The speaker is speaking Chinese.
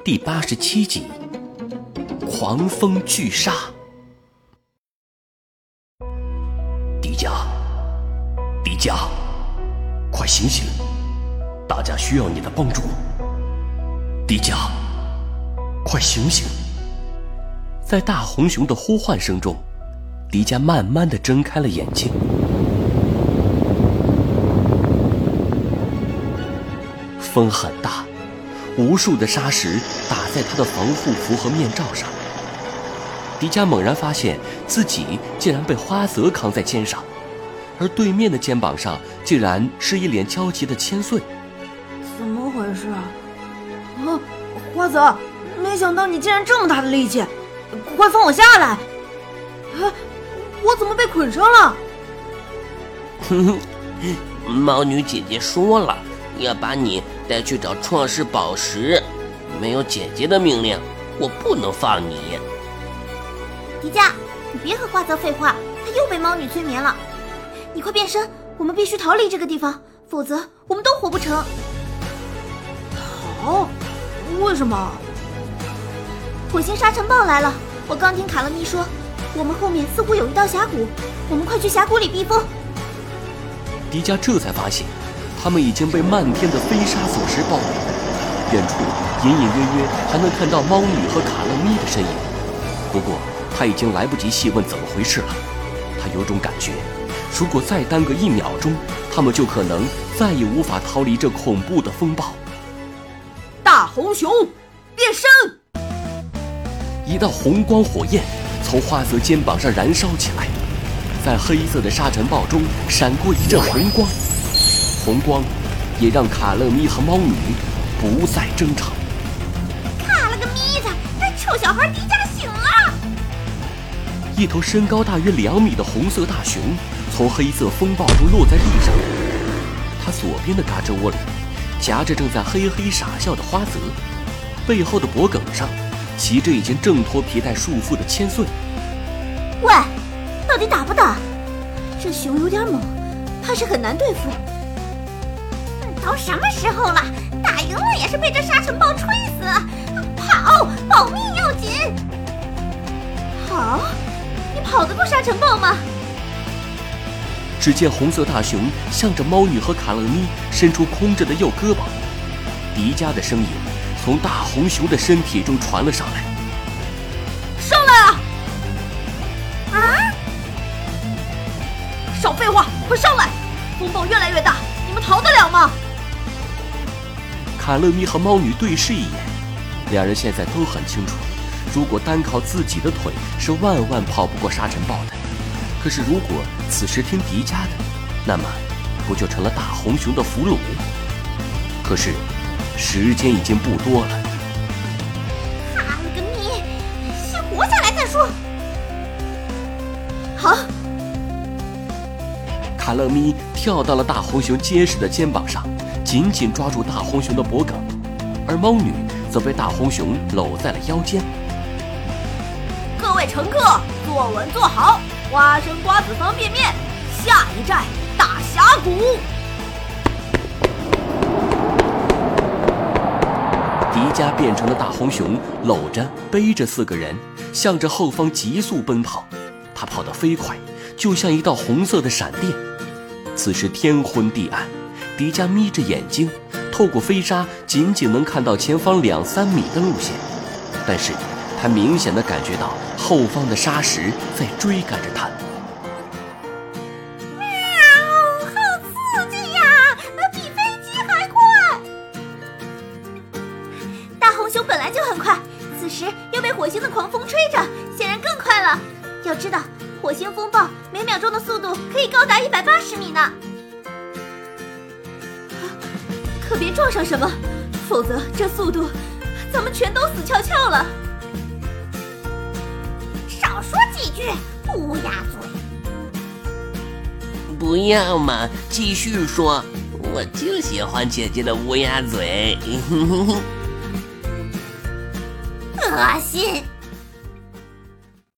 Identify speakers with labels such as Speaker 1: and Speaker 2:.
Speaker 1: 第87集狂风巨鲨。迪迦，快醒醒，大家需要你的帮助。迪迦，快醒醒。在大红熊的呼唤声中，迪迦慢慢地睁开了眼睛。风很大，无数的沙石打在他的防护服和面罩上。迪迦猛然发现自己竟然被花泽扛在肩上，而对面的肩膀上竟然是一脸焦急的千岁。
Speaker 2: 怎么回事啊？花泽，没想到你竟然这么大的力气，快放我下来！我怎么被捆上了？
Speaker 3: 猫女姐姐说了，要把你带去找创世宝石，没有姐姐的命令，我不能放你。
Speaker 4: 迪迦，你别和花泽废话，他又被猫女催眠了。你快变身，我们必须逃离这个地方，否则我们都活不成。
Speaker 2: 逃？为什么？
Speaker 4: 火星沙尘暴来了，我刚听卡勒咪说，我们后面似乎有一道峡谷，我们快去峡谷里避风。
Speaker 1: 迪迦这才发现，他们已经被漫天的飞沙走石包围，远处隐隐约约还能看到猫女和卡勒咪的身影。不过他已经来不及细问怎么回事了，他有种感觉，如果再耽搁1秒钟，他们就可能再也无法逃离这恐怖的风暴。
Speaker 2: 大红熊变身！
Speaker 1: 一道红光火焰从花泽肩膀上燃烧起来，在黑色的沙尘暴中闪过一阵红光，红光也让卡勒咪和猫女不再争吵。
Speaker 4: 卡了个咪的，那臭小孩迪迦醒了！
Speaker 1: 一头身高大约2米的红色大熊从黑色风暴中落在地上，他左边的嘎吱窝里夹着正在嘿嘿傻笑的花泽，背后的脖梗上骑着已经挣脱皮带束缚的千岁。
Speaker 4: 喂，到底打不打？这熊有点猛，怕是很难对付。都什么时候了，打赢了也是被这沙尘暴吹死。跑，保命要紧。跑？你跑得过沙尘暴吗？
Speaker 1: 只见红色大熊向着猫女和卡勒咪伸出空着的右胳膊，迪迦的声音从大红熊的身体中传了上来。
Speaker 2: 上来啊！
Speaker 4: 啊！
Speaker 2: 少废话，快上来！风暴越来越大，你们逃得了吗？
Speaker 1: 卡勒咪和猫女对视一眼，两人现在都很清楚，如果单靠自己的腿是万万跑不过沙尘暴的。可是如果此时听迪迦的，那么不就成了大红熊的俘虏？可是时间已经不多了。
Speaker 4: 卡了个咪，先活下来再说。
Speaker 2: 好。
Speaker 1: 卡勒咪跳到了大红熊结实的肩膀上，紧紧抓住大红熊的脖梗，而猫女则被大红熊搂在了腰间。
Speaker 2: 各位乘客，坐稳坐好，花生瓜子方便面，下一站大峡谷。
Speaker 1: 迪迦变成了大红熊，搂着背着4个人，向着后方急速奔跑。他跑得飞快，就像一道红色的闪电。此时天昏地暗，迪迦眯着眼睛，透过飞沙仅仅能看到前方2-3米的路线，但是他明显地感觉到后方的沙石在追赶着他。
Speaker 4: 好刺激呀，比飞机还快！大红熊本来就很快，此时又被火星的狂风吹着，显然更快了。要知道，火星风暴每秒钟的速度可以高达180米呢。
Speaker 2: 可别撞上什么，否则这速度，咱们全都死翘翘了。
Speaker 4: 少说几句，乌鸦嘴。
Speaker 3: 不要嘛，继续说，我就喜欢姐姐的乌鸦嘴。
Speaker 4: 恶心！